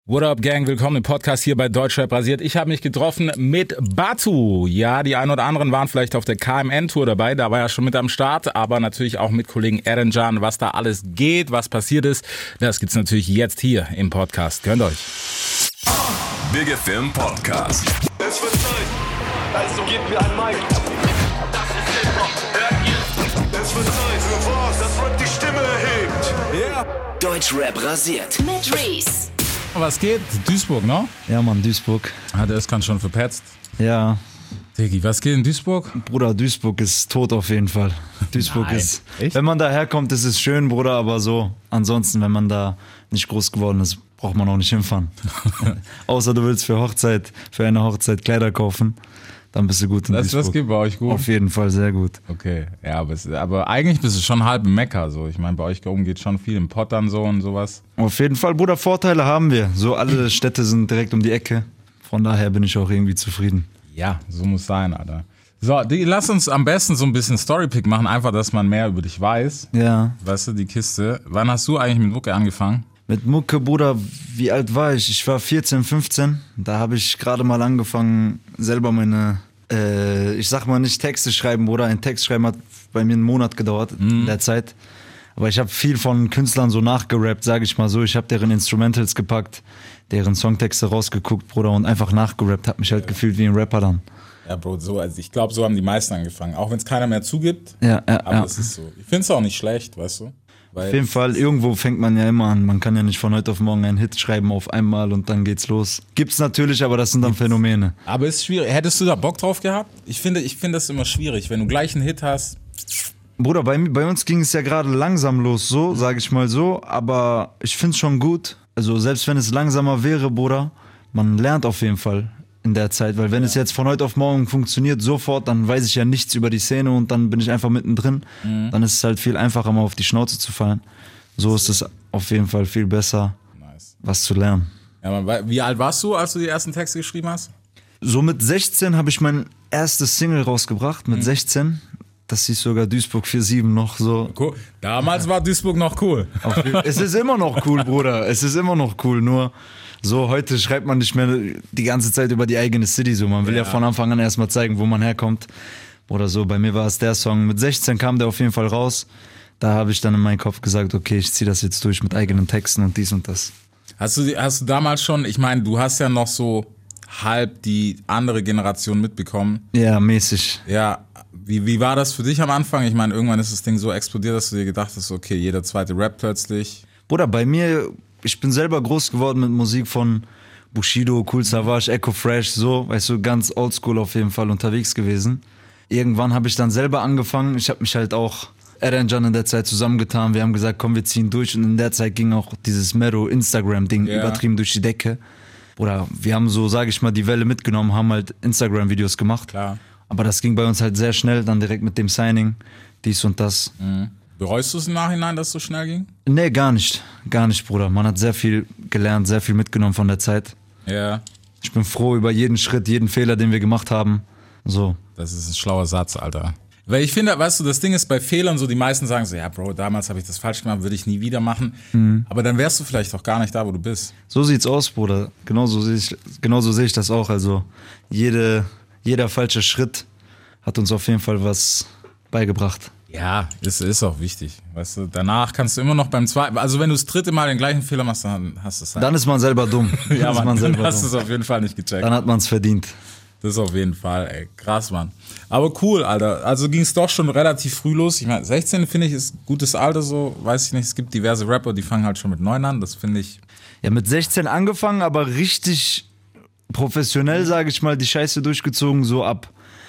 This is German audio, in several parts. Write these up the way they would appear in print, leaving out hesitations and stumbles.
What up, Gang? Willkommen im Podcast hier bei Deutschrap rasiert. Ich habe mich getroffen mit Batu. Ja, die einen oder anderen waren vielleicht auf der KMN-Tour dabei, da war er schon mit am Start, aber natürlich auch mit Kollegen Erencan, was da alles geht, was passiert ist. Das gibt's natürlich jetzt hier im Podcast. Gönnt euch. Big FM Podcast. Es wird Zeit, also gebt mir ein Mic. Das ist Hip-Hop, hört ihr? Es wird Zeit für was, das Rap die Stimme erhebt. Yeah. Deutschrap rasiert. Mit Reese. Was geht? Duisburg, ne? Ja, Mann, Duisburg. Hat er es kann schon verpetzt. Ja. Diggi, was geht in Duisburg? Bruder, Duisburg ist tot auf jeden Fall. Duisburg Nein. ist... Echt? Wenn man da herkommt, ist es schön, Bruder, aber so. Ansonsten, wenn man da nicht groß geworden ist, braucht man auch nicht hinfahren. Außer du willst für eine Hochzeit Kleider kaufen, dann bist du gut in Duisburg. Das geht bei euch gut? Auf jeden Fall sehr gut. Okay, ja, aber eigentlich bist du schon halb im Mekka. So. Ich meine, bei euch oben geht schon viel im Pottern so und sowas. Auf jeden Fall, Bruder, Vorteile haben wir. So, alle Städte sind direkt um die Ecke. Von daher bin ich auch irgendwie zufrieden. Ja, so muss sein, Alter. So, lass uns am besten so ein bisschen Storypick machen, einfach, dass man mehr über dich weiß. Ja. Weißt du, die Kiste. Wann hast du eigentlich mit Mucke angefangen? Mit Mucke, Bruder, wie alt war ich? Ich war 14, 15. Da habe ich gerade mal angefangen, selber meine, ich sag mal nicht Texte schreiben, Bruder. Ein Text schreiben hat bei mir einen Monat gedauert in der Zeit. Aber ich habe viel von Künstlern so nachgerappt, sage ich mal so. Ich habe deren Instrumentals gepackt, deren Songtexte rausgeguckt, Bruder, und einfach nachgerappt. Hab mich halt gefühlt wie ein Rapper dann. Ja, Bro, also ich glaube, so haben die meisten angefangen. Auch wenn es keiner mehr zugibt. Ja. Aber es ist so. Ich finde es auch nicht schlecht, weißt du? Weil Auf jeden Fall, irgendwo fängt man ja immer an. Man kann ja nicht von heute auf morgen einen Hit schreiben auf einmal und dann geht's los. Gibt's natürlich, aber das sind dann Phänomene. Aber ist schwierig. Hättest du da Bock drauf gehabt? Ich finde das immer schwierig. Wenn du gleich einen Hit hast. Bruder, bei uns ging es ja gerade langsam los, so, sage ich mal so, aber ich find's schon gut. Also selbst wenn es langsamer wäre, Bruder, man lernt auf jeden Fall in der Zeit, weil wenn es jetzt von heute auf morgen funktioniert, sofort, dann weiß ich ja nichts über die Szene und dann bin ich einfach mittendrin. Dann ist es halt viel einfacher, mal auf die Schnauze zu fallen. So ist es auf jeden Fall viel besser, was zu lernen. Ja, wie alt warst du, als du die ersten Texte geschrieben hast? So mit 16 habe ich mein erstes Single rausgebracht, mit 16. Das hieß sogar Duisburg 47 noch so. Cool. Damals war Duisburg noch cool. Es ist immer noch cool, Bruder. Es ist immer noch cool. Nur so heute schreibt man nicht mehr die ganze Zeit über die eigene City. So, man will ja von Anfang an erstmal zeigen, wo man herkommt. Oder so. Bei mir war es der Song. Mit 16 kam der auf jeden Fall raus. Da habe ich dann in meinen Kopf gesagt, okay, ich ziehe das jetzt durch mit eigenen Texten und dies und das. Hast du damals schon, ich meine, du hast ja noch so halb die andere Generation mitbekommen. Ja, mäßig. Ja, wie war das für dich am Anfang? Ich meine, irgendwann ist das Ding so explodiert, dass du dir gedacht hast, okay, jeder zweite Rap plötzlich. Bruder, bei mir, ich bin selber groß geworden mit Musik von Bushido, Kool Savas, Echo Fresh, so, weißt du, ganz oldschool auf jeden Fall unterwegs gewesen. Irgendwann habe ich dann selber angefangen, ich habe mich halt auch Erencan in der Zeit zusammengetan, wir haben gesagt, komm, wir ziehen durch und in der Zeit ging auch dieses Mero-Instagram-Ding übertrieben durch die Decke. Oder wir haben so, sage ich mal, die Welle mitgenommen, haben halt Instagram-Videos gemacht. Klar. Aber das ging bei uns halt sehr schnell, dann direkt mit dem Signing, dies und das. Bereust du es im Nachhinein, dass es so schnell ging? Nee, gar nicht, Bruder. Man hat sehr viel gelernt, sehr viel mitgenommen von der Zeit. Ja. Ich bin froh über jeden Schritt, jeden Fehler, den wir gemacht haben. So. Das ist ein schlauer Satz, Alter. Weil ich finde, weißt du, das Ding ist bei Fehlern so, die meisten sagen so, ja Bro, damals habe ich das falsch gemacht, würde ich nie wieder machen. Aber dann wärst du vielleicht auch gar nicht da, wo du bist. So sieht's aus, Bruder. Genauso sehe ich das auch. Also jeder falsche Schritt hat uns auf jeden Fall was beigebracht. Ja, ist auch wichtig. Weißt du, danach kannst du immer noch beim zweiten, also wenn du das dritte Mal den gleichen Fehler machst, dann hast du es halt. Dann ist man selber dumm. Ja, Mann, dann hast du es auf jeden Fall nicht gecheckt. Dann hat man es verdient. Das ist auf jeden Fall, ey. Krass, Mann. Aber cool, Alter. Also ging es doch schon relativ früh los. Ich meine, 16 finde ich ist gutes Alter so. Weiß ich nicht, es gibt diverse Rapper, die fangen halt schon mit 9 an. Das finde ich. Ja, mit 16 angefangen, aber richtig professionell, sage ich mal, die Scheiße durchgezogen, so ab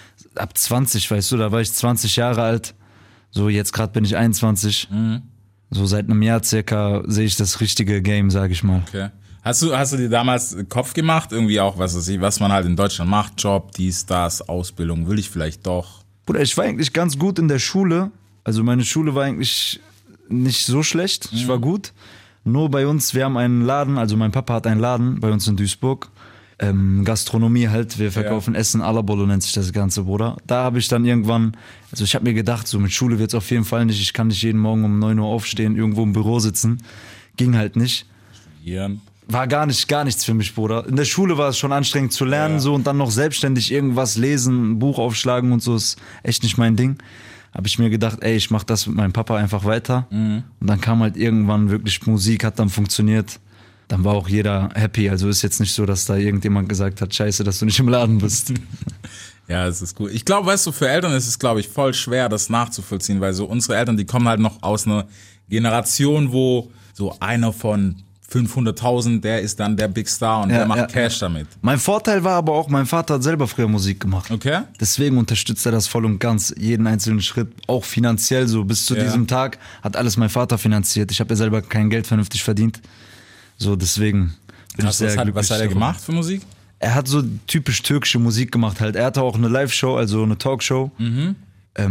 20, weißt du, da war ich 20 Jahre alt. So, jetzt gerade bin ich 21. So seit einem Jahr circa sehe ich das richtige Game, sage ich mal. Okay. Hast du dir damals Kopf gemacht? Irgendwie auch, was man halt in Deutschland macht? Job, dies, das, Ausbildung, will ich vielleicht doch? Bruder, ich war eigentlich ganz gut in der Schule. Also meine Schule war eigentlich nicht so schlecht. Ich war gut. Nur bei uns, wir haben einen Laden, also mein Papa hat einen Laden bei uns in Duisburg. Gastronomie halt, wir verkaufen Essen, Alabolo nennt sich das Ganze, Bruder. Da habe ich dann irgendwann, also ich habe mir gedacht, so mit Schule wird es auf jeden Fall nicht, ich kann nicht jeden Morgen um 9 Uhr aufstehen, irgendwo im Büro sitzen. Ging halt nicht. Studieren. war gar nichts für mich, Bruder. In der Schule war es schon anstrengend zu lernen, so, und dann noch selbstständig irgendwas lesen, ein Buch aufschlagen und so, ist echt nicht mein Ding. Habe ich mir gedacht, ey, ich mach das mit meinem Papa einfach weiter. Und dann kam halt irgendwann wirklich Musik, hat dann funktioniert. Dann war auch jeder happy. Also ist jetzt nicht so, dass da irgendjemand gesagt hat, scheiße, dass du nicht im Laden bist. Ja, es ist gut. Ich glaube, weißt du, für Eltern ist es, glaube ich, voll schwer, das nachzuvollziehen, weil so unsere Eltern, die kommen halt noch aus einer Generation, wo so einer von 500.000, der ist dann der Big Star und der macht Cash damit. Mein Vorteil war aber auch, mein Vater hat selber früher Musik gemacht. Okay. Deswegen unterstützt er das voll und ganz, jeden einzelnen Schritt, auch finanziell so. Bis zu diesem Tag hat alles mein Vater finanziert. Ich habe ja selber kein Geld vernünftig verdient. So, deswém bin ich sehr glücklich. Was hat er gemacht für Musik? Er hat so typisch türkische Musik gemacht halt. Er hatte auch eine Live-Show, also eine Talkshow. Da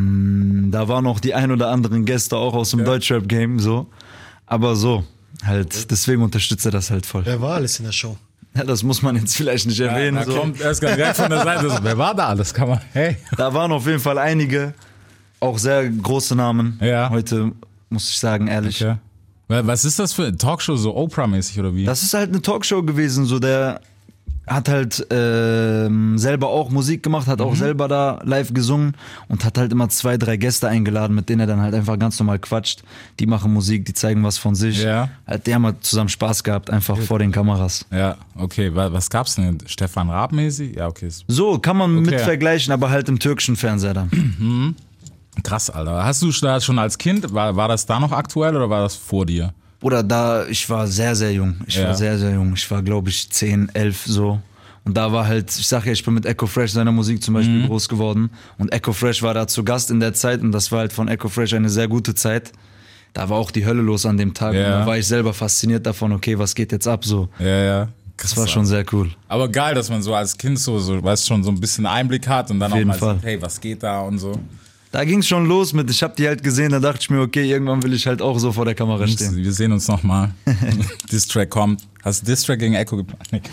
waren auch die ein oder anderen Gäste auch aus dem Deutschrap-Game, so. Aber so, halt, deswegen unterstützt er das halt voll. Wer war alles in der Show? Ja, das muss man jetzt vielleicht nicht erwähnen. Da so. kommt erst direkt von der Seite. Wer war da alles? Kann man, hey. Da waren auf jeden Fall einige, auch sehr große Namen. Ja. Heute, muss ich sagen, ehrlich. Okay. Was ist das für eine Talkshow, so Oprah-mäßig oder wie? Das ist halt eine Talkshow gewesen, so der hat halt selber auch Musik gemacht, hat auch selber da live gesungen und hat halt immer 2, 3 Gäste eingeladen, mit denen er dann halt einfach ganz normal quatscht. Die machen Musik, die zeigen was von sich. Ja. Halt, die haben halt zusammen Spaß gehabt, einfach vor den Kameras. Ja, okay. Was gab's denn? Stefan Raab-mäßig? Ja, okay. So, kann man mit vergleichen, aber halt im türkischen Fernseher dann. Krass, Alter. Hast du da schon als Kind, war das da noch aktuell oder war das vor dir? Oder ich war sehr, sehr jung. Ich war sehr, sehr jung. Ich war, glaube ich, 10, 11 so. Und da war halt, ich sag ja, ich bin mit Echo Fresh seiner Musik zum Beispiel groß geworden. Und Echo Fresh war da zu Gast in der Zeit und das war halt von Echo Fresh eine sehr gute Zeit. Da war auch die Hölle los an dem Tag. Und da war ich selber fasziniert davon, okay, was geht jetzt ab so. Ja. Das war schon sehr cool. Aber geil, dass man so als Kind so weißt schon, so ein bisschen Einblick hat und dann auch mal sagt, hey, was geht da und so. Da ging's schon los mit, ich hab die halt gesehen, da dachte ich mir, okay, irgendwann will ich halt auch so vor der Kamera stehen. Wir sehen uns nochmal. Diss-Track kommt. Hast du Diss-Track gegen Echo geplant?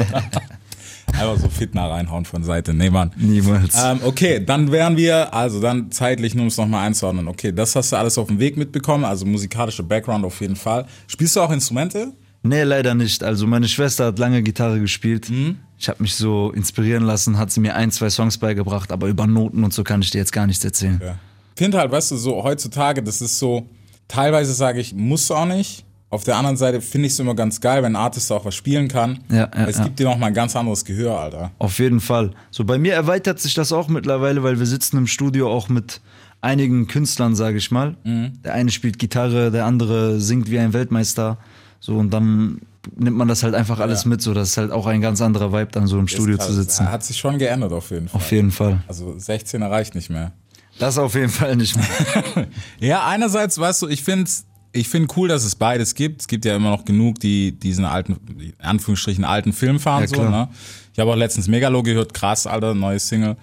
Einfach so Fitner reinhauen von Seite. Nee, Mann. Niemals. Okay, dann wären wir, also dann zeitlich, nur um es nochmal einzuordnen. Okay, das hast du alles auf dem Weg mitbekommen, also musikalischer Background auf jeden Fall. Spielst du auch Instrumente? Nee, leider nicht. Also meine Schwester hat lange Gitarre gespielt. Ich habe mich so inspirieren lassen, hat sie mir 1, 2 Songs beigebracht, aber über Noten und so kann ich dir jetzt gar nichts erzählen. Ja. Ich finde halt, weißt du, so heutzutage, das ist so, teilweise sage ich, musst du auch nicht. Auf der anderen Seite finde ich es immer ganz geil, wenn ein Artist auch was spielen kann. Es gibt dir nochmal ein ganz anderes Gehör, Alter. Auf jeden Fall. So, bei mir erweitert sich das auch mittlerweile, weil wir sitzen im Studio auch mit einigen Künstlern, sage ich mal. Der eine spielt Gitarre, der andere singt wie ein Weltmeister. So, und dann nimmt man das halt einfach alles mit, so, das ist halt auch ein ganz anderer Vibe, dann so im Studio zu sitzen. Hat sich schon geändert auf jeden Fall. Auf jeden Fall. Also 16er reicht nicht mehr. Das auf jeden Fall nicht mehr. Ja, einerseits, weißt du, ich finde cool, dass es beides gibt. Es gibt ja immer noch genug, die diesen alten, in Anführungsstrichen, alten Film fahren. So, ne? Ich habe auch letztens Megalo gehört, krass, Alter, neue Single.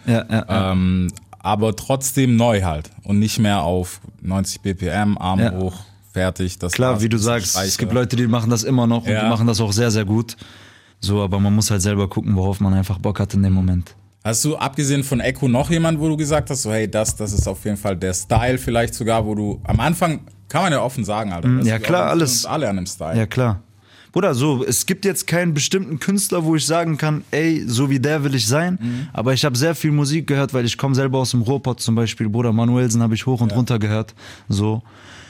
Aber trotzdem neu halt und nicht mehr auf 90 BPM, Arm hoch. Fertig. Das klar, wie du sagst, es gibt Leute, die machen das immer noch und die machen das auch sehr, sehr gut. So, aber man muss halt selber gucken, worauf man einfach Bock hat in dem Moment. Hast du abgesehen von Echo noch jemand, wo du gesagt hast, so hey, das ist auf jeden Fall der Style vielleicht sogar, wo du am Anfang, kann man ja offen sagen, Alter. Ja klar, alles. Alle an dem Style. Ja klar. Bruder, so, es gibt jetzt keinen bestimmten Künstler, wo ich sagen kann, ey, so wie der will ich sein. Aber ich habe sehr viel Musik gehört, weil ich komme selber aus dem Ruhrpott zum Beispiel. Bruder, Manuelsen habe ich hoch und runter gehört. So.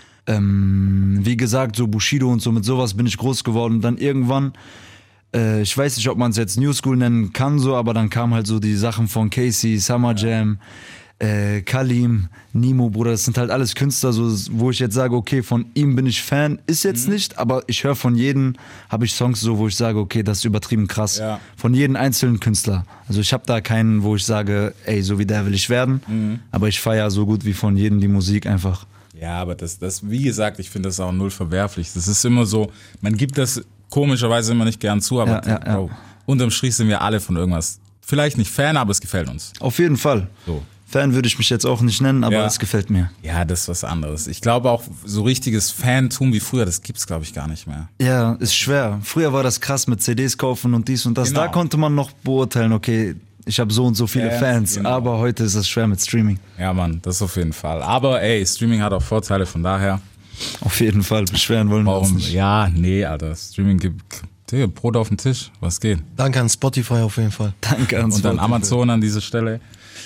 Wie gesagt, so Bushido und so, mit sowas bin ich groß geworden. Und dann irgendwann, ich weiß nicht, ob man es jetzt New School nennen kann, so, aber dann kamen halt so die Sachen von Casey, Summer Jam, Kalim, Nimo, Bruder, das sind halt alles Künstler, so, wo ich jetzt sage, okay, von ihm bin ich Fan, ist jetzt nicht, aber ich höre von jedem, habe ich Songs so, wo ich sage, okay, das ist übertrieben krass. Ja. Von jedem einzelnen Künstler. Also ich habe da keinen, wo ich sage, ey, so wie der will ich werden, aber ich feiere so gut wie von jedem die Musik einfach. Ja, aber das, wie gesagt, ich finde das auch null verwerflich. Das ist immer so, man gibt das komischerweise immer nicht gern zu, aber Bro, unterm Strich sind wir alle von irgendwas. Vielleicht nicht Fan, aber es gefällt uns. Auf jeden Fall. So. Fan würde ich mich jetzt auch nicht nennen, aber es gefällt mir. Ja, das ist was anderes. Ich glaube auch, so richtiges Fantum wie früher, das gibt's, glaube ich, gar nicht mehr. Ja, ist schwer. Früher war das krass mit CDs kaufen und dies und das. Genau. Da konnte man noch beurteilen, okay, ich habe so und so viele Fans, genau. Aber heute ist es schwer mit Streaming. Ja, Mann, das auf jeden Fall. Aber ey, Streaming hat auch Vorteile, von daher. Auf jeden Fall, beschweren wollen wir uns nicht. Ja, nee, Alter, Streaming gibt Brot auf den Tisch, was geht? Danke an Spotify auf jeden Fall. Danke an Und Spotify. dann Amazon an dieser Stelle.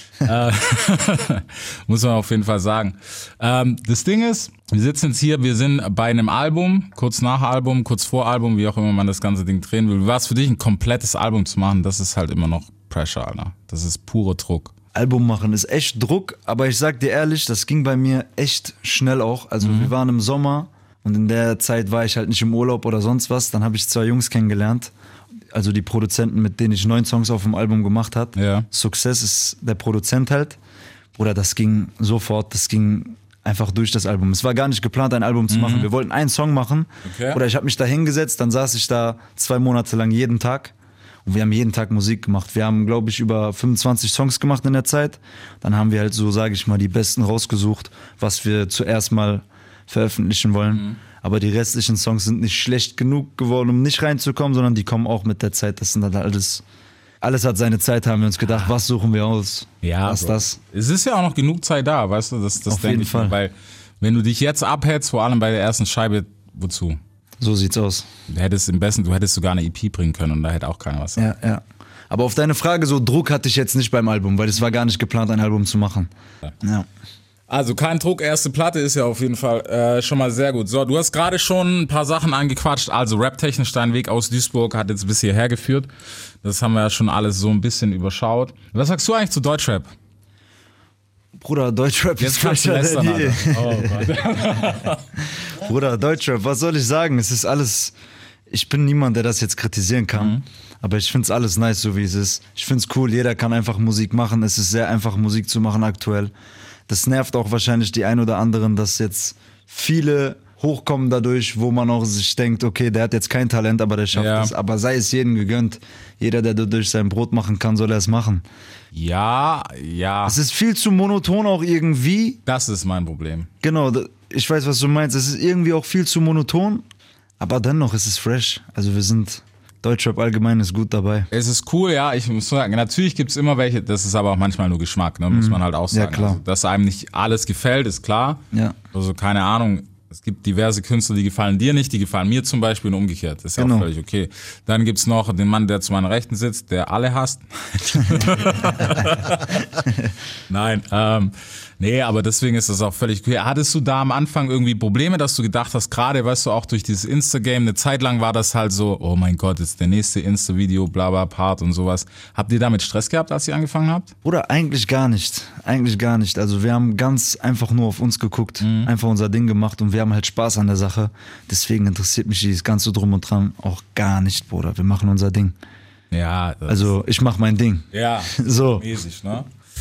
Muss man auf jeden Fall sagen. Das Ding ist, wir sitzen jetzt hier, wir sind bei einem Album, kurz nach Album, kurz vor Album, wie auch immer man das ganze Ding drehen will. Wie war es für dich, ein komplettes Album zu machen? Das ist halt immer noch Pressure, Alter. Das ist pure Druck. Album machen ist echt Druck, aber ich sag dir ehrlich, das ging bei mir echt schnell auch. Also wir waren im Sommer und in der Zeit war ich halt nicht im Urlaub oder sonst was. Dann habe ich 2 Jungs kennengelernt, also die Produzenten, mit denen ich 9 Songs auf dem Album gemacht habe. Ja. Success ist der Produzent halt. Oder das ging sofort, das ging einfach durch das Album. Es war gar nicht geplant, ein Album zu machen. Wir wollten einen Song machen. Okay. Oder ich habe mich da hingesetzt, dann saß ich da 2 Monate lang jeden Tag. Und wir haben jeden Tag Musik gemacht. Wir haben, glaube ich, über 25 Songs gemacht in der Zeit. Dann haben wir halt so, sage ich mal, die besten rausgesucht, was wir zuerst mal veröffentlichen wollen. Aber die restlichen Songs sind nicht schlecht genug geworden, um nicht reinzukommen, sondern die kommen auch mit der Zeit. Das sind dann alles hat seine Zeit, haben wir uns gedacht. Was suchen wir aus? Ja, was ist das? Es ist ja auch noch genug Zeit da, weißt du, das Auf denke jeden ich Fall. mir, weil wenn du dich jetzt abhältst, vor allem bei der ersten Scheibe, wozu? So sieht's aus. Du hättest sogar eine EP bringen können und da hätte auch keiner was sagen. Ja. Aber auf deine Frage, so Druck hatte ich jetzt nicht beim Album, weil es war gar nicht geplant, ein Album zu machen. Ja. Also kein Druck, erste Platte ist ja auf jeden Fall schon mal sehr gut. So, du hast gerade schon ein paar Sachen angequatscht. Also raptechnisch, dein Weg aus Duisburg hat jetzt bis hierher geführt. Das haben wir ja schon alles so ein bisschen überschaut. Was sagst du eigentlich zu Deutschrap? Bruder, Deutschrap Jetzt ist kannst du fresher lästern, denn je. Alter. Oh Gott. Bruder, Deutschrap, was soll ich sagen? Es ist alles. Ich bin niemand, der das jetzt kritisieren kann. Aber ich find's alles nice, so wie es ist. Ich find's cool, jeder kann einfach Musik machen. Es ist sehr einfach, Musik zu machen aktuell. Das nervt auch wahrscheinlich die ein oder anderen, dass jetzt viele hochkommen dadurch, wo man auch sich denkt, okay, der hat jetzt kein Talent, aber der schafft es. Aber sei es jedem gegönnt. Jeder, der dadurch sein Brot machen kann, soll er es machen. Ja. Es ist viel zu monoton auch irgendwie. Das ist mein Problem. Genau, ich weiß, was du meinst. Es ist irgendwie auch viel zu monoton, aber dennoch ist es fresh. Also wir sind, Deutschrap allgemein ist gut dabei. Es ist cool, ja, ich muss sagen, natürlich gibt's immer welche, das ist aber auch manchmal nur Geschmack, ne, muss man halt auch sagen. Ja, klar. Also, dass einem nicht alles gefällt, ist klar. Ja. Also keine Ahnung, es gibt diverse Künstler, die gefallen dir nicht, die gefallen mir zum Beispiel und umgekehrt. Das ist ja auch völlig okay. Dann gibt's noch den Mann, der zu meiner Rechten sitzt, der alle hasst. Nein, nee, aber deswegen ist das auch völlig okay. Hattest du da am Anfang irgendwie Probleme, dass du gedacht hast, gerade, weißt du, auch durch dieses Insta-Game, eine Zeit lang war das halt so, oh mein Gott, jetzt der nächste Insta-Video, bla bla, Part und sowas. Habt ihr damit Stress gehabt, als ihr angefangen habt? Oder eigentlich gar nicht. Eigentlich gar nicht. Also wir haben ganz einfach nur auf uns geguckt, einfach unser Ding gemacht und wir haben halt Spaß an der Sache. Deswegen interessiert mich dieses ganze Drum und Dran auch gar nicht, Bruder. Wir machen unser Ding. Ja. Also ich mach mein Ding. Ja, So. mäßig, ne?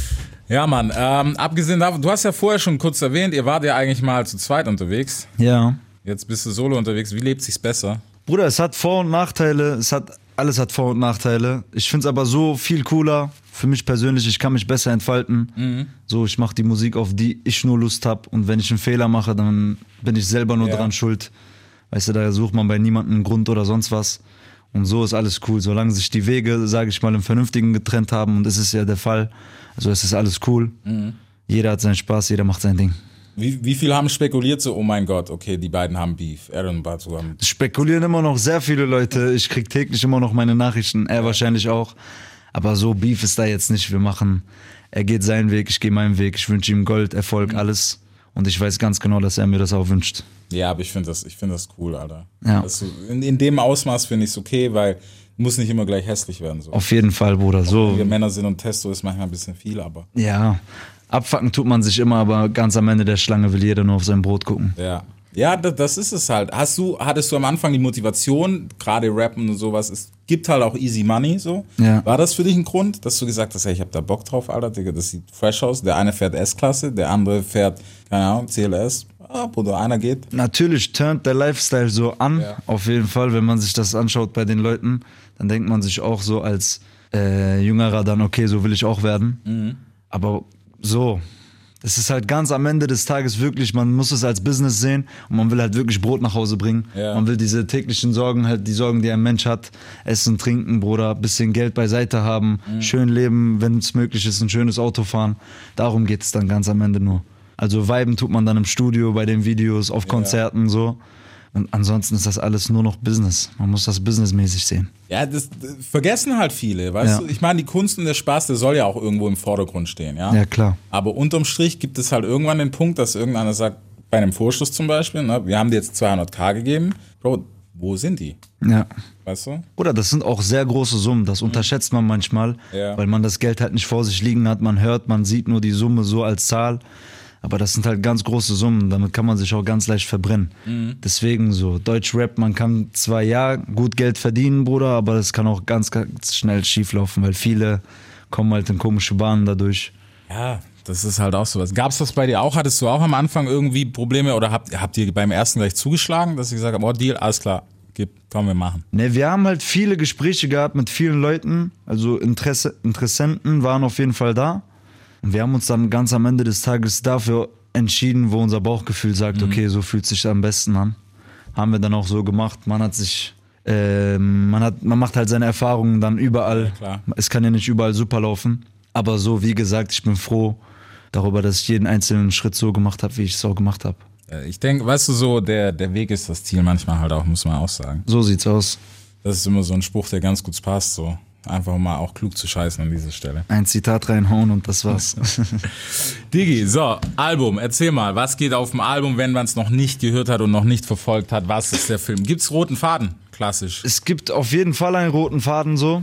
Ja, Mann, abgesehen davon, du hast ja vorher schon kurz erwähnt, ihr wart ja eigentlich mal zu zweit unterwegs. Ja. Jetzt bist du solo unterwegs. Wie lebt sich's besser? Bruder, es hat Vor- und Nachteile. Alles hat Vor- und Nachteile. Ich find's aber so viel cooler. Für mich persönlich, ich kann mich besser entfalten. So, ich mache die Musik, auf die ich nur Lust habe. Und wenn ich einen Fehler mache, dann bin ich selber nur dran schuld. Weißt du, da sucht man bei niemandem einen Grund oder sonst was. Und so ist alles cool. Solange sich die Wege, sage ich mal, im Vernünftigen getrennt haben, und das ist ja der Fall, also es ist alles cool. Jeder hat seinen Spaß, jeder macht sein Ding. Wie viel haben spekuliert so, oh mein Gott, okay, die beiden haben Beef, Aaron und Batu haben... Es spekulieren immer noch sehr viele Leute. Ich krieg täglich immer noch meine Nachrichten, er wahrscheinlich auch. Aber so Beef ist da jetzt nicht. Er geht seinen Weg, ich gehe meinen Weg. Ich wünsche ihm Gold, Erfolg, alles. Und ich weiß ganz genau, dass er mir das auch wünscht. Ja, aber ich finde das cool, Alter. Ja. Also in dem Ausmaß finde ich es okay, weil muss nicht immer gleich hässlich werden. So. Auf jeden Fall, Bruder. So. Wenn wir Männer sind und Testo ist manchmal ein bisschen viel, aber... Ja, abfacken tut man sich immer, aber ganz am Ende der Schlange will jeder nur auf sein Brot gucken. Ja, das ist es halt. Hattest du am Anfang die Motivation, gerade Rappen und sowas, es gibt halt auch easy money, so. Ja. War das für dich ein Grund, dass du gesagt hast, hey, ich hab da Bock drauf, Alter, Digga, das sieht fresh aus. Der eine fährt S-Klasse, der andere fährt, keine Ahnung, CLS. Bruder, einer geht. Natürlich turnt der Lifestyle so an, auf jeden Fall, wenn man sich das anschaut bei den Leuten, dann denkt man sich auch so als Jüngerer dann, okay, so will ich auch werden. Aber so, es ist halt ganz am Ende des Tages wirklich, man muss es als Business sehen und man will halt wirklich Brot nach Hause bringen. Ja. Man will diese täglichen Sorgen, halt die Sorgen, die ein Mensch hat, essen, trinken, Bruder, bisschen Geld beiseite haben, schön leben, wenn es möglich ist, ein schönes Auto fahren. Darum geht es dann ganz am Ende nur. Also viben tut man dann im Studio, bei den Videos, auf Konzerten so. Und ansonsten ist das alles nur noch Business. Man muss das businessmäßig sehen. Ja, das vergessen halt viele, weißt du? Ich meine, die Kunst und der Spaß, der soll ja auch irgendwo im Vordergrund stehen, ja? Ja, klar. Aber unterm Strich gibt es halt irgendwann den Punkt, dass irgendeiner sagt, bei einem Vorschuss zum Beispiel, ne, wir haben dir jetzt 200.000 gegeben, Bro, wo sind die? Ja. Weißt du? Oder das sind auch sehr große Summen, das unterschätzt man manchmal, weil man das Geld halt nicht vor sich liegen hat, man hört, man sieht nur die Summe so als Zahl. Aber das sind halt ganz große Summen, damit kann man sich auch ganz leicht verbrennen. Deswegen so, Deutschrap, man kann zwar gut Geld verdienen, Bruder, aber das kann auch ganz, ganz schnell schief laufen, weil viele kommen halt in komische Bahnen dadurch. Ja, das ist halt auch sowas. Gab's das bei dir auch? Hattest du auch am Anfang irgendwie Probleme oder habt ihr beim ersten gleich zugeschlagen, dass ihr gesagt habt, oh Deal, alles klar, komm, wir machen? Ne, wir haben halt viele Gespräche gehabt mit vielen Leuten, also Interessenten waren auf jeden Fall da. Und wir haben uns dann ganz am Ende des Tages dafür entschieden, wo unser Bauchgefühl sagt, okay, so fühlt es sich am besten an. Haben wir dann auch so gemacht. Man macht halt seine Erfahrungen dann überall. Ja, klar. Es kann ja nicht überall super laufen. Aber so, wie gesagt, ich bin froh darüber, dass ich jeden einzelnen Schritt so gemacht habe, wie ich es auch gemacht habe. Ich denke, weißt du, so der Weg ist das Ziel manchmal halt auch, muss man auch sagen. So sieht's aus. Das ist immer so ein Spruch, der ganz gut passt, so. Einfach mal auch klug zu scheißen an dieser Stelle. Ein Zitat reinhauen und das war's. Digi, so, Album, erzähl mal, was geht auf dem Album, wenn man es noch nicht gehört hat und noch nicht verfolgt hat, was ist der Film? Gibt's roten Faden? Klassisch. Es gibt auf jeden Fall einen roten Faden so.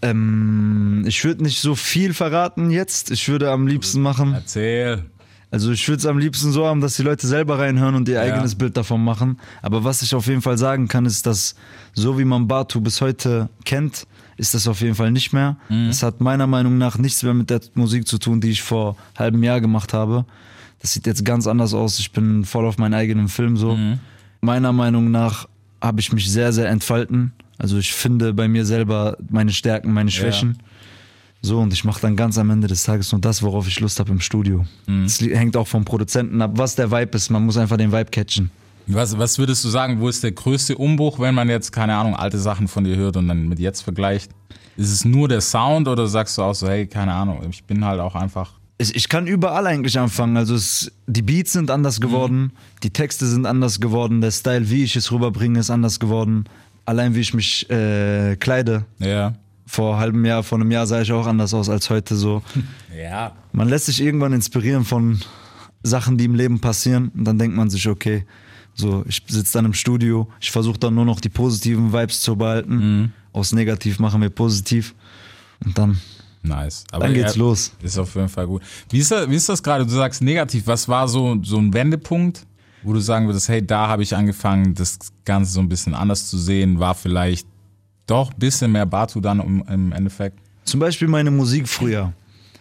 Ich würde nicht so viel verraten jetzt, ich würde am liebsten machen... Erzähl. Also ich würde es am liebsten so haben, dass die Leute selber reinhören und ihr eigenes Bild davon machen. Aber was ich auf jeden Fall sagen kann, ist, dass so wie man Batu bis heute kennt, ist das auf jeden Fall nicht mehr. Es hat meiner Meinung nach nichts mehr mit der Musik zu tun, die ich vor einem halben Jahr gemacht habe. Das sieht jetzt ganz anders aus. Ich bin voll auf meinen eigenen Film so. Meiner Meinung nach habe ich mich sehr, sehr entfalten. Also ich finde bei mir selber meine Stärken, meine Schwächen. So, und ich mache dann ganz am Ende des Tages nur das, worauf ich Lust habe im Studio. Das hängt auch vom Produzenten ab, was der Vibe ist. Man muss einfach den Vibe catchen. Was würdest du sagen, wo ist der größte Umbruch, wenn man jetzt, keine Ahnung, alte Sachen von dir hört und dann mit jetzt vergleicht? Ist es nur der Sound oder sagst du auch so, hey, keine Ahnung, ich bin halt auch einfach... Ich kann überall eigentlich anfangen. Also die Beats sind anders geworden, die Texte sind anders geworden, der Style, wie ich es rüberbringe, ist anders geworden. Allein wie ich mich kleide. Ja. Vor einem Jahr sah ich auch anders aus als heute so. Ja. Man lässt sich irgendwann inspirieren von Sachen, die im Leben passieren und dann denkt man sich, okay, so, ich sitze dann im Studio, ich versuche dann nur noch die positiven Vibes zu behalten. Aus negativ machen wir positiv und dann, nice. Aber dann geht's los. Ist auf jeden Fall gut. Wie ist das gerade? Du sagst negativ, was war so ein Wendepunkt, wo du sagen würdest, hey, da habe ich angefangen, das Ganze so ein bisschen anders zu sehen, war vielleicht doch ein bisschen mehr Batu dann im Endeffekt? Zum Beispiel meine Musik früher.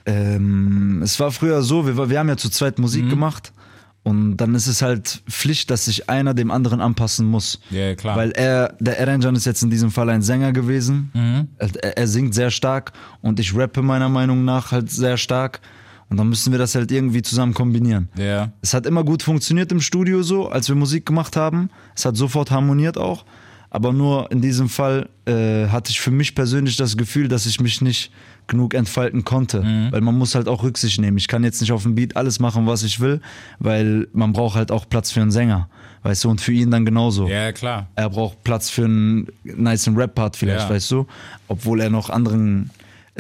Es war früher so, wir haben ja zu zweit Musik gemacht und dann ist es halt Pflicht, dass sich einer dem anderen anpassen muss. Ja, klar. Weil der Erencan ist jetzt in diesem Fall ein Sänger gewesen. Er singt sehr stark und ich rappe meiner Meinung nach halt sehr stark. Und dann müssen wir das halt irgendwie zusammen kombinieren. Ja. Es hat immer gut funktioniert im Studio so, als wir Musik gemacht haben. Es hat sofort harmoniert auch. Aber nur in diesem Fall hatte ich für mich persönlich das Gefühl, dass ich mich nicht genug entfalten konnte. Weil man muss halt auch Rücksicht nehmen. Ich kann jetzt nicht auf dem Beat alles machen, was ich will, weil man braucht halt auch Platz für einen Sänger. Weißt du, und für ihn dann genauso. Ja, klar. Er braucht Platz für einen nice Rap-Part vielleicht, weißt du. Obwohl er noch irgendeinen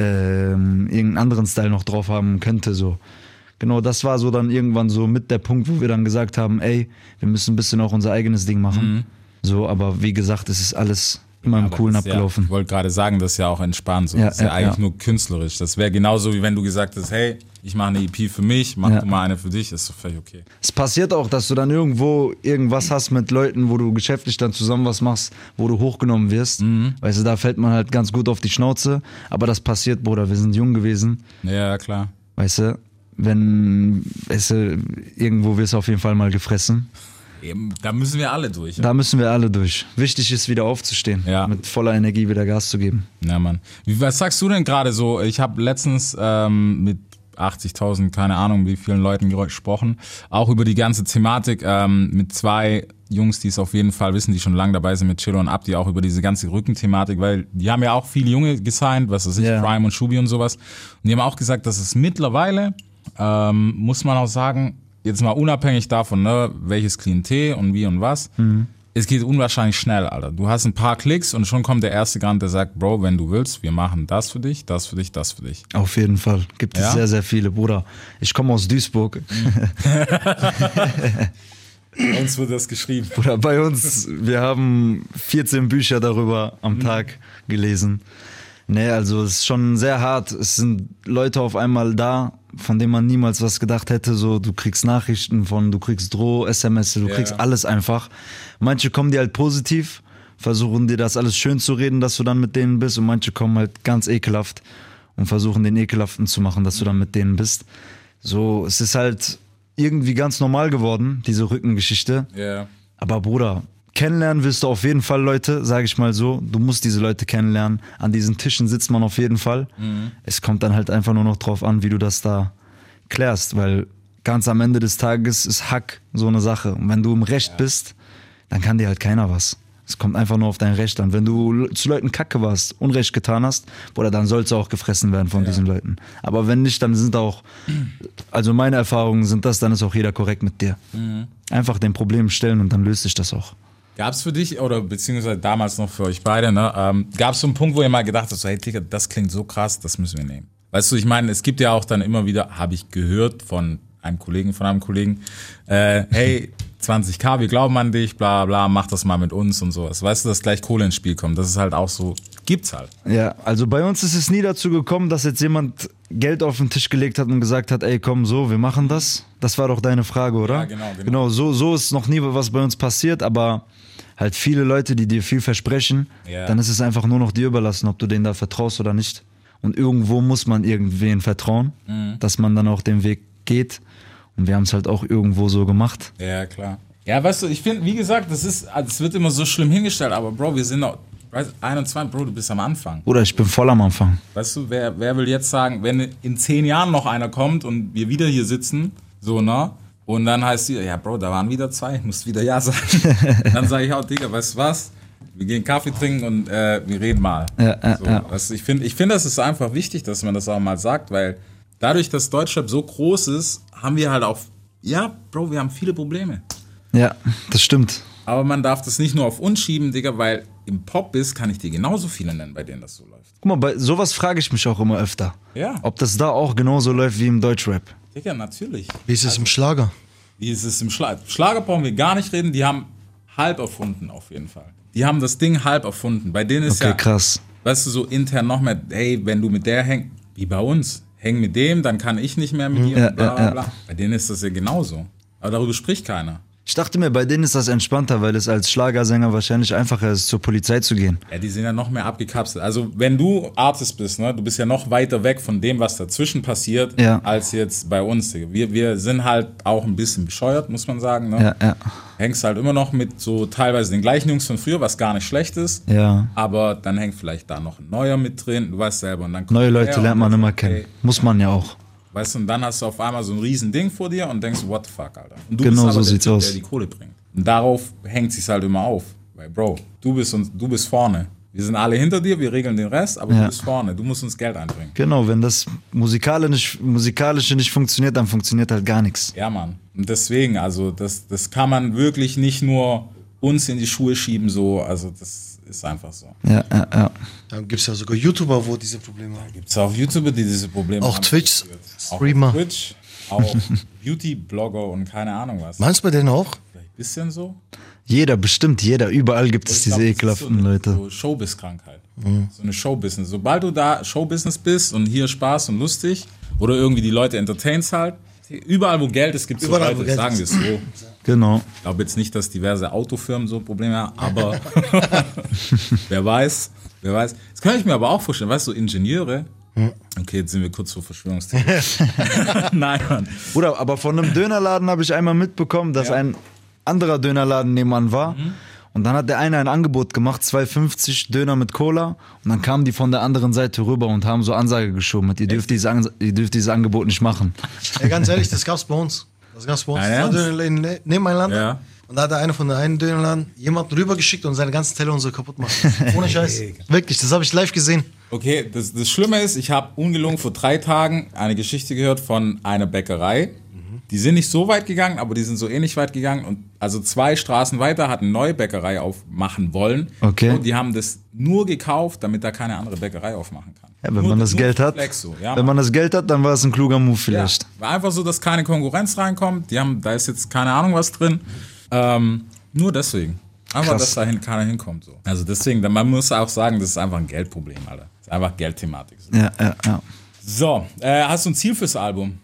anderen Style noch drauf haben könnte, so. Genau, das war so dann irgendwann so mit der Punkt, wo wir dann gesagt haben, ey, wir müssen ein bisschen auch unser eigenes Ding machen. So, aber wie gesagt, es ist alles immer im Coolen abgelaufen. Ich wollte gerade sagen, das ist ja auch entspannt. So. Das ist ja eigentlich nur künstlerisch. Das wäre genauso, wie wenn du gesagt hast, hey, ich mache eine EP für mich, mach du mal eine für dich, ist doch völlig okay. Es passiert auch, dass du dann irgendwo irgendwas hast mit Leuten, wo du geschäftlich dann zusammen was machst, wo du hochgenommen wirst. Weißt du, da fällt man halt ganz gut auf die Schnauze. Aber das passiert, Bruder, wir sind jung gewesen. Ja, klar. Weißt du, irgendwo wirst du auf jeden Fall mal gefressen. Eben, da müssen wir alle durch. Ja? Da müssen wir alle durch. Wichtig ist, wieder aufzustehen. Ja. Mit voller Energie wieder Gas zu geben. Ja, Mann. Was sagst du denn gerade so? Ich habe letztens mit 80.000, keine Ahnung, wie vielen Leuten gesprochen, auch über die ganze Thematik mit zwei Jungs, die es auf jeden Fall wissen, die schon lange dabei sind mit Chillo und Abdi, auch über diese ganze Rückenthematik, weil die haben ja auch viele Junge gesigned, was weiß ich, Prime und Shubi und sowas. Und die haben auch gesagt, dass es mittlerweile, muss man auch sagen, jetzt mal unabhängig davon, ne, welches Klientel und wie und was, es geht unwahrscheinlich schnell, Alter. Du hast ein paar Klicks und schon kommt der erste Grant, der sagt, Bro, wenn du willst, wir machen das für dich, das für dich, das für dich. Auf jeden Fall. Gibt es sehr, sehr viele, Bruder. Ich komme aus Duisburg. Bei uns wird das geschrieben. Bruder, bei uns, wir haben 14 Bücher darüber am Tag gelesen. Nee, also es ist schon sehr hart. Es sind Leute auf einmal da, von denen man niemals was gedacht hätte. So, du kriegst Nachrichten du kriegst SMS, du kriegst alles einfach. Manche kommen dir halt positiv, versuchen dir das alles schön zu reden, dass du dann mit denen bist. Und manche kommen halt ganz ekelhaft und versuchen den Ekelhaften zu machen, dass du dann mit denen bist. So, es ist halt irgendwie ganz normal geworden, diese Rückengeschichte. Ja. Aber Bruder, kennenlernen wirst du auf jeden Fall Leute, sage ich mal so. Du musst diese Leute kennenlernen. An diesen Tischen sitzt man auf jeden Fall. Es kommt dann halt einfach nur noch drauf an, wie du das da klärst, weil ganz am Ende des Tages ist Hack so eine Sache. Und wenn du im Recht bist, dann kann dir halt keiner was. Es kommt einfach nur auf dein Recht an. Wenn du zu Leuten Kacke warst, Unrecht getan hast, Bruder, dann sollst du auch gefressen werden von diesen Leuten. Aber wenn nicht, dann sind auch, also meine Erfahrungen sind das, dann ist auch jeder korrekt mit dir. Einfach den Problem stellen und dann löst sich das auch. Gab es für dich, oder beziehungsweise damals noch für euch beide, ne, gab es so einen Punkt, wo ihr mal gedacht habt, so, hey Digga, das klingt so krass, das müssen wir nehmen. Weißt du, ich meine, es gibt ja auch dann immer wieder, habe ich gehört von einem Kollegen, hey, 20.000, wir glauben an dich, bla bla, mach das mal mit uns und sowas. Weißt du, dass gleich Kohle ins Spiel kommt, das ist halt auch so, gibt's halt. Ja, also bei uns ist es nie dazu gekommen, dass jetzt jemand Geld auf den Tisch gelegt hat und gesagt hat, ey komm, so, wir machen das. Das war doch deine Frage, oder? Ja, genau. Genau, so ist noch nie was bei uns passiert, aber halt viele Leute, die dir viel versprechen, dann ist es einfach nur noch dir überlassen, ob du denen da vertraust oder nicht. Und irgendwo muss man irgendwen vertrauen, dass man dann auch den Weg geht. Und wir haben es halt auch irgendwo so gemacht. Ja, klar. Ja, weißt du, ich finde, wie gesagt, es wird immer so schlimm hingestellt, aber Bro, wir sind noch 21, Bro, du bist am Anfang. Oder ich bin voll am Anfang. Weißt du, wer will jetzt sagen, wenn in 10 Jahren noch einer kommt und wir wieder hier sitzen, so, ne? Und dann heißt es, ja, Bro, da waren wieder 2, musst wieder Ja sagen. Dann sage ich auch, Digga, weißt du was? Wir gehen Kaffee trinken und wir reden mal. Weißt du, ich finde, das ist einfach wichtig, dass man das auch mal sagt, weil dadurch, dass Deutschrap so groß ist, haben wir halt auch, ja, Bro, wir haben viele Probleme. Ja, das stimmt. Aber man darf das nicht nur auf uns schieben, Digga, weil im Pop-Biz kann ich dir genauso viele nennen, bei denen das so läuft. Guck mal, bei sowas frage ich mich auch immer öfter. Ja. Ob das da auch genauso läuft wie im Deutschrap. Digga, natürlich. Wie ist es im Schlager? Wie ist es im Schlager? Schlager brauchen wir gar nicht reden, die haben halb erfunden auf jeden Fall. Die haben das Ding halb erfunden. Bei denen ist okay, krass. Weißt du, so intern noch mehr, hey, wenn du mit der hängst, wie bei uns, häng mit dem, dann kann ich nicht mehr mit dir und bla bla bla. Bei denen ist das ja genauso. Aber darüber spricht keiner. Ich dachte mir, bei denen ist das entspannter, weil es als Schlagersänger wahrscheinlich einfacher ist, zur Polizei zu gehen. Ja, die sind ja noch mehr abgekapselt. Also wenn du Artist bist, ne, du bist ja noch weiter weg von dem, was dazwischen passiert, als jetzt bei uns. Wir sind halt auch ein bisschen bescheuert, muss man sagen. Ne? Hängst halt immer noch mit so teilweise den gleichen Jungs von früher, was gar nicht schlecht ist. Ja. Aber dann hängt vielleicht da noch ein neuer mit drin, du weißt selber. Und dann neue Leute lernt man immer kennen. Muss man ja auch. Weißt du, und dann hast du auf einmal so ein riesen Ding vor dir und denkst, what the fuck, Alter. Und du genau bist aber so sieht's aus. Der die Kohle bringt. Und darauf hängt sich's halt immer auf. Weil, Bro, du bist vorne. Wir sind alle hinter dir, wir regeln den Rest, aber du bist vorne. Du musst uns Geld einbringen. Genau, wenn das Musikalische nicht funktioniert, dann funktioniert halt gar nichts. Ja, Mann. Und deswegen, also das kann man wirklich nicht nur uns in die Schuhe schieben, so, also das ist einfach so. Ja. Dann gibt es ja sogar YouTuber, wo diese Probleme haben. Gibt es auch YouTuber, die diese Probleme auch haben. Twitch-Streamer. Auch Twitch, auch Beauty-Blogger und keine Ahnung was. Meinst du bei denen auch? Vielleicht ein bisschen so. Bestimmt jeder. Überall gibt es diese ekelhaften Leute. So Showbiz-Krankheit. So eine Showbusiness. Sobald du da Showbusiness bist und hier Spaß und lustig oder irgendwie die Leute entertainst halt, überall wo Geld ist, gibt es so Leute, sagen wir es so. Genau. Ich glaube jetzt nicht, dass diverse Autofirmen so Probleme haben, aber wer weiß. Das kann ich mir aber auch vorstellen. Weißt du, so Ingenieure, okay, jetzt sind wir kurz vor Verschwörungstheorien. Nein, Mann. Bruder, aber von einem Dönerladen habe ich einmal mitbekommen, dass ein anderer Dönerladen nebenan war. Und dann hat der eine ein Angebot gemacht, 2,50 Döner mit Cola. Und dann kamen die von der anderen Seite rüber und haben so Ansage geschoben mit, ihr dürft dieses Angebot nicht machen. Ja, ganz ehrlich, das gab's bei uns. Das gab's bei uns. Das war Dönerladen neben mein Land. Ja. Und da hat einer von der einen Dönerladen jemanden rübergeschickt und seine ganzen Teller und so kaputt gemacht. Ohne Scheiß. Wirklich, das habe ich live gesehen. Okay, das Schlimme ist, ich habe ungelogen vor 3 Tagen eine Geschichte gehört von einer Bäckerei. Die sind nicht so weit gegangen, aber die sind so ähnlich weit gegangen. Und also 2 Straßen weiter hat eine neue Bäckerei aufmachen wollen. Okay. Und die haben das nur gekauft, damit da keine andere Bäckerei aufmachen kann. Ja, wenn man das Geld hat, Flexo. Ja, wenn man das Geld hat, dann war es ein kluger Move vielleicht. Ja, war einfach so, dass keine Konkurrenz reinkommt. Da ist jetzt keine Ahnung was drin. Nur deswegen. Einfach, Krass. dass dahin keiner hinkommt. So. Also deswegen, man muss auch sagen, das ist einfach ein Geldproblem, Alter. Das ist einfach Geldthematik. Ja. So, hast du ein Ziel fürs Album?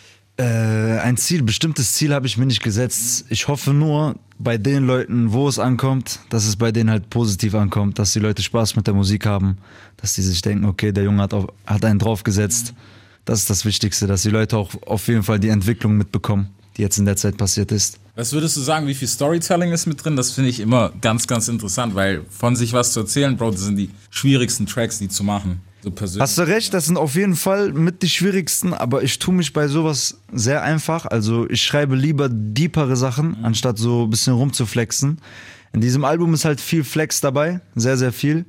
Ein bestimmtes Ziel habe ich mir nicht gesetzt. Ich hoffe nur, bei den Leuten, wo es ankommt, dass es bei denen halt positiv ankommt, dass die Leute Spaß mit der Musik haben, dass die sich denken, okay, der Junge hat einen draufgesetzt. Das ist das Wichtigste, dass die Leute auch auf jeden Fall die Entwicklung mitbekommen, die jetzt in der Zeit passiert ist. Was würdest du sagen, wie viel Storytelling ist mit drin? Das finde ich immer ganz, ganz interessant, weil von sich was zu erzählen, Bro, das sind die schwierigsten Tracks, die zu machen. So persönlich. Hast du recht, das sind auf jeden Fall mit die schwierigsten, aber ich tue mich bei sowas sehr einfach. Also ich schreibe lieber deepere Sachen, anstatt so ein bisschen rumzuflexen. In diesem Album ist halt viel Flex dabei, sehr, sehr viel.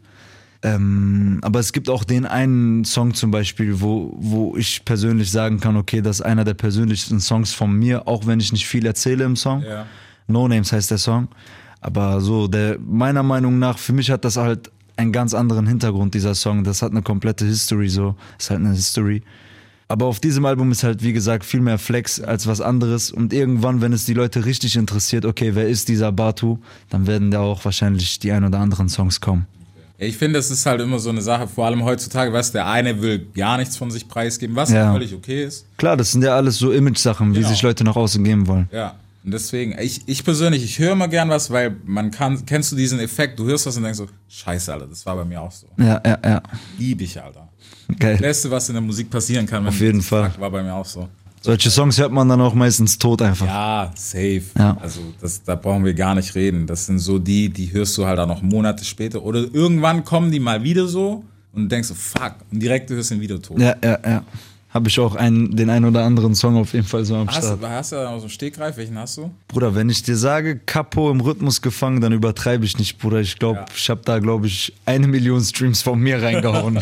Aber es gibt auch den einen Song zum Beispiel, wo ich persönlich sagen kann, okay, das ist einer der persönlichsten Songs von mir, auch wenn ich nicht viel erzähle im Song. Ja. No Names heißt der Song. Aber so, meiner Meinung nach, für mich hat das halt einen ganz anderen Hintergrund, dieser Song. Das hat eine komplette History, so. Ist halt eine History. Aber auf diesem Album ist halt, wie gesagt, viel mehr Flex als was anderes. Und irgendwann, wenn es die Leute richtig interessiert, okay, wer ist dieser Batu, dann werden da auch wahrscheinlich die ein oder anderen Songs kommen. Ich finde, es ist halt immer so eine Sache, vor allem heutzutage, weißt du, der eine will gar nichts von sich preisgeben, was ja völlig okay ist. Klar, das sind ja alles so Image-Sachen, wie sich Leute nach außen geben wollen. Ja, und deswegen, ich persönlich, ich höre immer gern was, weil kennst du diesen Effekt, du hörst was und denkst so, scheiße, Alter, das war bei mir auch so. Ja. Lieb ich, Alter. Geil. Das Beste, was in der Musik passieren kann, auf jeden Fall. War bei mir auch so. Solche Songs hört man dann auch meistens tot einfach. Ja, safe. Ja. Also da brauchen wir gar nicht reden. Das sind so die hörst du halt auch noch Monate später. Oder irgendwann kommen die mal wieder so und du denkst so, fuck. Und direkt hörst du ihn wieder tot. Ja. Habe ich auch den einen oder anderen Song auf jeden Fall so am Start. Hast du da noch so einen Stegreif? Welchen hast du? Bruder, wenn ich dir sage, Capo im Rhythmus gefangen, dann übertreibe ich nicht, Bruder. Ich glaube, ich habe da, 1 Million Streams von mir reingehauen.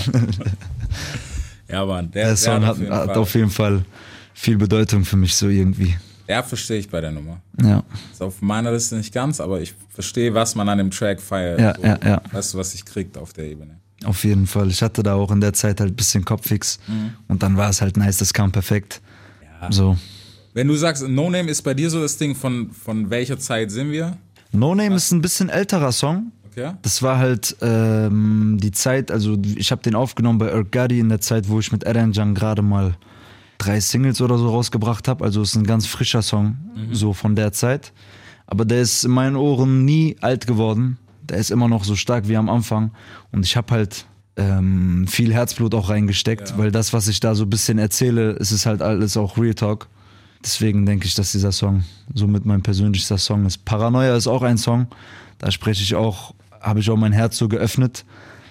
Ja, Mann. Der Song hat auf jeden Fall viel Bedeutung für mich so irgendwie. Ja, verstehe ich bei der Nummer. Ja. Ist auf meiner Liste nicht ganz, aber ich verstehe, was man an dem Track feiert. Ja, so, ja. Weißt du, was sich kriegt auf der Ebene. Auf jeden Fall. Ich hatte da auch in der Zeit halt ein bisschen Kopfix. Und dann war es halt nice, das kam perfekt. Ja. So. Wenn du sagst, No Name ist bei dir so das Ding, von welcher Zeit sind wir? No Name ist ein bisschen älterer Song. Okay. Das war halt die Zeit, also ich habe den aufgenommen bei Urgadi in der Zeit, wo ich mit Erencan gerade mal 3 Singles oder so rausgebracht habe. Also es ist ein ganz frischer Song, so von der Zeit. Aber der ist in meinen Ohren nie alt geworden. Der ist immer noch so stark wie am Anfang. Und ich habe halt viel Herzblut auch reingesteckt, weil das, was ich da so ein bisschen erzähle, ist halt alles auch Real Talk. Deswegen denke ich, dass dieser Song somit mein persönlichster Song ist. Paranoia ist auch ein Song. Da habe ich auch mein Herz so geöffnet.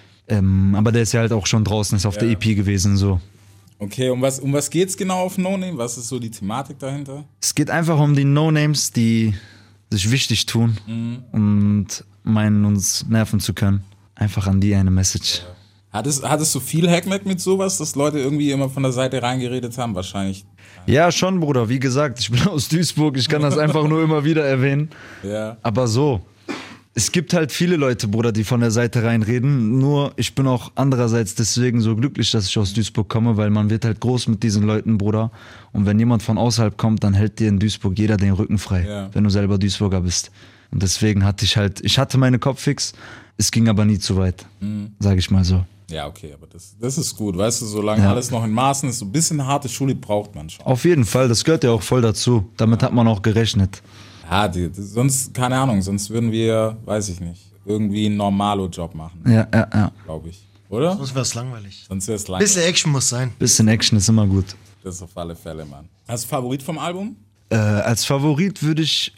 Aber der ist ja halt auch schon draußen, ist auf der EP gewesen, so. Okay, um was geht's genau auf No Name? Was ist so die Thematik dahinter? Es geht einfach um die No-Names, die sich wichtig tun und meinen, uns nerven zu können. Einfach an die eine Message. Hattest du viel Hackmack mit sowas, dass Leute irgendwie immer von der Seite reingeredet haben? Wahrscheinlich. Ja, schon, Bruder. Wie gesagt, ich bin aus Duisburg. Ich kann das einfach nur immer wieder erwähnen. Ja. Aber so. Es gibt halt viele Leute, Bruder, die von der Seite reinreden. Nur ich bin auch andererseits deswegen so glücklich, dass ich aus Duisburg komme, weil man wird halt groß mit diesen Leuten, Bruder. Und wenn jemand von außerhalb kommt, dann hält dir in Duisburg jeder den Rücken frei, wenn du selber Duisburger bist. Und deswegen ich hatte meine Kopffix, es ging aber nie zu weit, sage ich mal so. Ja, okay, aber das ist gut, weißt du, solange alles noch in Maßen ist, so ein bisschen harte Schule braucht man schon. Auf jeden Fall, das gehört ja auch voll dazu. Damit hat man auch gerechnet. Ja, sonst, keine Ahnung, sonst würden wir, weiß ich nicht, irgendwie einen Normalo-Job machen. Ja. Glaube ich. Oder? Sonst wäre es langweilig. Sonst wäre es langweilig. Bisschen Action muss sein. Bisschen Action ist immer gut. Das ist auf alle Fälle, Mann. Hast du Favorit vom Album? Als Favorit würde ich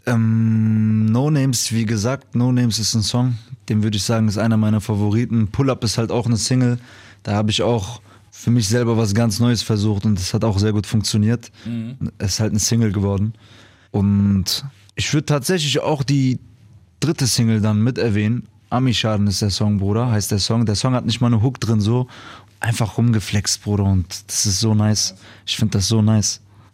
No Names, wie gesagt, No Names ist ein Song, den würde ich sagen, ist einer meiner Favoriten. Pull Up ist halt auch eine Single, da habe ich auch für mich selber was ganz Neues versucht und das hat auch sehr gut funktioniert. Es ist halt eine Single geworden. Und ich würde tatsächlich auch die 3. Single dann mit erwähnen. Ami-Schaden ist der Song, Bruder, heißt der Song. Der Song hat nicht mal eine Hook drin, so einfach rumgeflext, Bruder, und das ist so nice. Ich finde das so nice.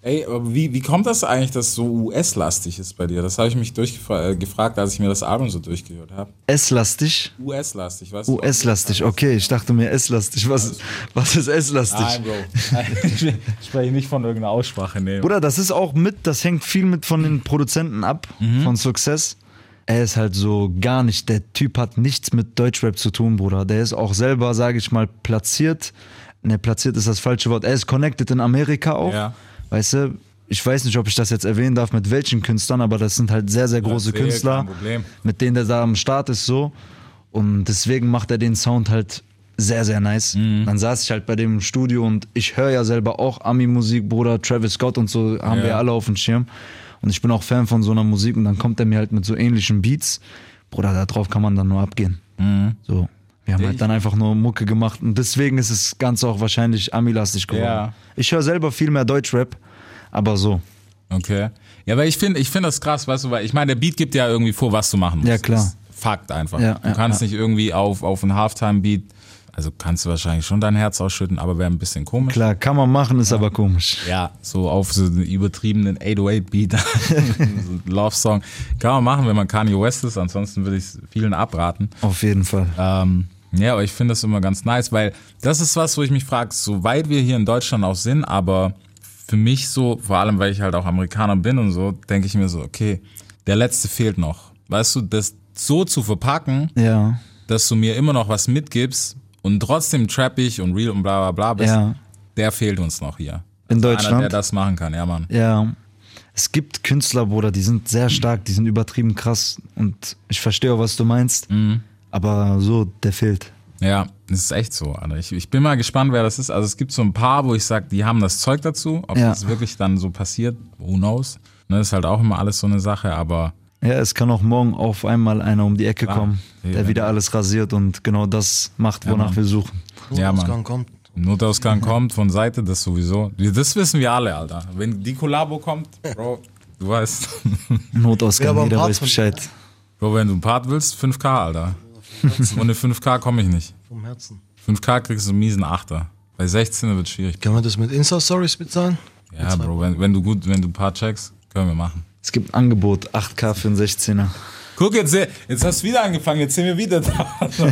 Ey, aber wie kommt das eigentlich, dass so US-lastig ist bei dir? Das habe ich mich gefragt, als ich mir das Album so durchgehört habe. S-lastig? US-lastig, weißt du? US-lastig, okay, ich dachte mir S-lastig. Was ist S-lastig? Nein, Bro. Ich spreche nicht von irgendeiner Aussprache, nee. Bruder, das ist auch das hängt viel mit von den Produzenten ab, von Success. Er ist halt so gar nicht, der Typ hat nichts mit Deutschrap zu tun, Bruder. Der ist auch selber, sage ich mal, platziert. Ne, platziert ist das falsche Wort. Er ist connected in Amerika auch. Ja. Weißt du, ich weiß nicht, ob ich das jetzt erwähnen darf, mit welchen Künstlern, aber das sind halt sehr, sehr große Künstler, mit denen der da am Start ist so. Und deswegen macht er den Sound halt sehr, sehr nice. Dann saß ich halt bei dem im Studio und ich höre ja selber auch Ami-Musik, Bruder, Travis Scott und so haben wir ja alle auf dem Schirm. Und ich bin auch Fan von so einer Musik und dann kommt er mir halt mit so ähnlichen Beats. Bruder, da drauf kann man dann nur abgehen. So. Wir haben halt dann einfach nur Mucke gemacht und deswegen ist das Ganze auch wahrscheinlich Ami-lastig geworden. Ja. Ich höre selber viel mehr Deutschrap, aber so. Okay. Ja, aber ich finde das krass, weißt du, weil ich meine, der Beat gibt ja irgendwie vor, was du machen musst. Ja, klar. Das ist Fakt einfach. Ja, du kannst nicht irgendwie auf einen Halftime-Beat, also kannst du wahrscheinlich schon dein Herz ausschütten, aber wäre ein bisschen komisch. Klar, kann man machen, ist aber komisch. Ja, so auf so einen übertriebenen 808-Beat, Love-Song, kann man machen, wenn man Kanye West ist, ansonsten würde ich es vielen abraten. Auf jeden Fall. Ja, aber ich finde das immer ganz nice, weil das ist was, wo ich mich frage, so weit wir hier in Deutschland auch sind, aber für mich so, vor allem weil ich halt auch Amerikaner bin und so, denke ich mir so, okay, der letzte fehlt noch. Weißt du, das so zu verpacken, dass du mir immer noch was mitgibst und trotzdem trappig und real und bla bla bla bist, der fehlt uns noch hier. In Deutschland? Einer, der das machen kann, ja Mann. Ja, es gibt Künstler, Bruder, die sind sehr stark, die sind übertrieben krass und ich verstehe auch, was du meinst. Aber so, der fehlt. Ja, das ist echt so, Alter. Ich bin mal gespannt, wer das ist. Also es gibt so ein paar, wo ich sage, die haben das Zeug dazu. Ob das wirklich dann so passiert, who knows. Ne, das ist halt auch immer alles so eine Sache, aber... Ja, es kann auch morgen auf einmal einer um die Ecke kommen, der wieder alles rasiert und genau das macht, wonach wir suchen. Notausgang kommt. Notausgang kommt von Seite, das sowieso. Das wissen wir alle, Alter. Wenn die Kollabo kommt, Bro, du weißt. Notausgang, jeder weiß Bescheid. Bro, wenn du einen Part willst, 5K, Alter. Ohne 5K komme ich nicht. Vom Herzen. 5K kriegst du einen miesen Achter. Bei 16 wird es schwierig. Können wir das mit Insta-Stories bezahlen? Ja, Bro, wenn du ein paar checkst, können wir machen. Es gibt ein Angebot, 8K für einen 16er. Guck, jetzt hast du wieder angefangen, jetzt sind wir wieder da.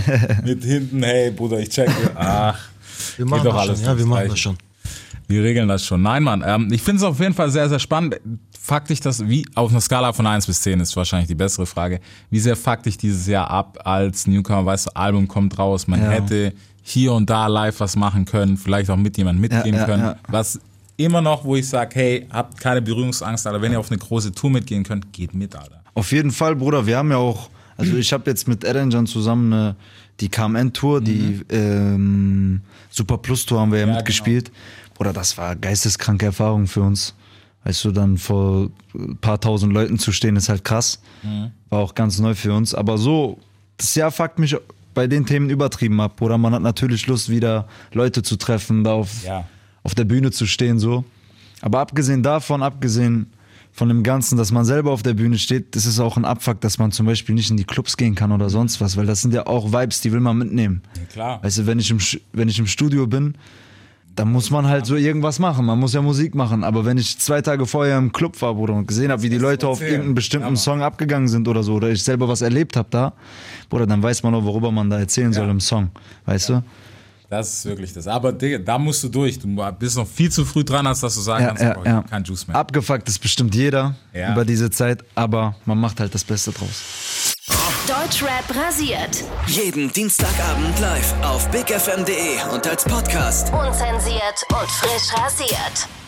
Mit hinten, hey Bruder, ich check. Ach, wir machen doch alles. Ja, wir machen das schon. Wir regeln das schon. Nein, Mann, ich finde es auf jeden Fall sehr, sehr spannend. Fuck dich das, wie auf einer Skala von 1 bis 10 ist wahrscheinlich die bessere Frage. Wie sehr fuck dich dieses Jahr ab als Newcomer? Weißt du, Album kommt raus, man hätte hier und da live was machen können, vielleicht auch mit jemandem mitgehen können. Ja. Was immer noch, wo ich sage, hey, habt keine Berührungsangst, Alter. Wenn ihr auf eine große Tour mitgehen könnt, geht mit, Alter. Auf jeden Fall, Bruder. Wir haben ja auch, also ich habe jetzt mit Erencan zusammen die KMN-Tour, die Super Plus-Tour haben wir ja mitgespielt. Genau. Bruder, das war geisteskranke Erfahrung für uns. Weißt du, dann vor ein paar tausend Leuten zu stehen, ist halt krass. War auch ganz neu für uns. Aber so, das Jahr fuckt mich bei den Themen übertrieben ab. Oder man hat natürlich Lust, wieder Leute zu treffen, da auf der Bühne zu stehen, so. Aber abgesehen von dem Ganzen, dass man selber auf der Bühne steht, das ist auch ein Abfuck, dass man zum Beispiel nicht in die Clubs gehen kann oder sonst was, weil das sind ja auch Vibes, die will man mitnehmen. Ja, klar. Weißt du, wenn ich im Studio bin, dann muss man halt so irgendwas machen. Man muss ja Musik machen. Aber wenn ich 2 Tage vorher im Club war, Bruder, und gesehen habe, wie die Leute auf irgendeinen bestimmten Song abgegangen sind oder so, oder ich selber was erlebt habe da, Bruder, dann weiß man auch, worüber man da erzählen soll im Song. Weißt du? Das ist wirklich das. Aber Digga, da musst du durch. Du bist noch viel zu früh dran, als dass du sagen kannst, ich habe keinen Juice mehr. Abgefuckt ist bestimmt jeder über diese Zeit, aber man macht halt das Beste draus. Deutschrap rasiert. Jeden Dienstagabend live auf bigfm.de und als Podcast. Unzensiert und frisch rasiert.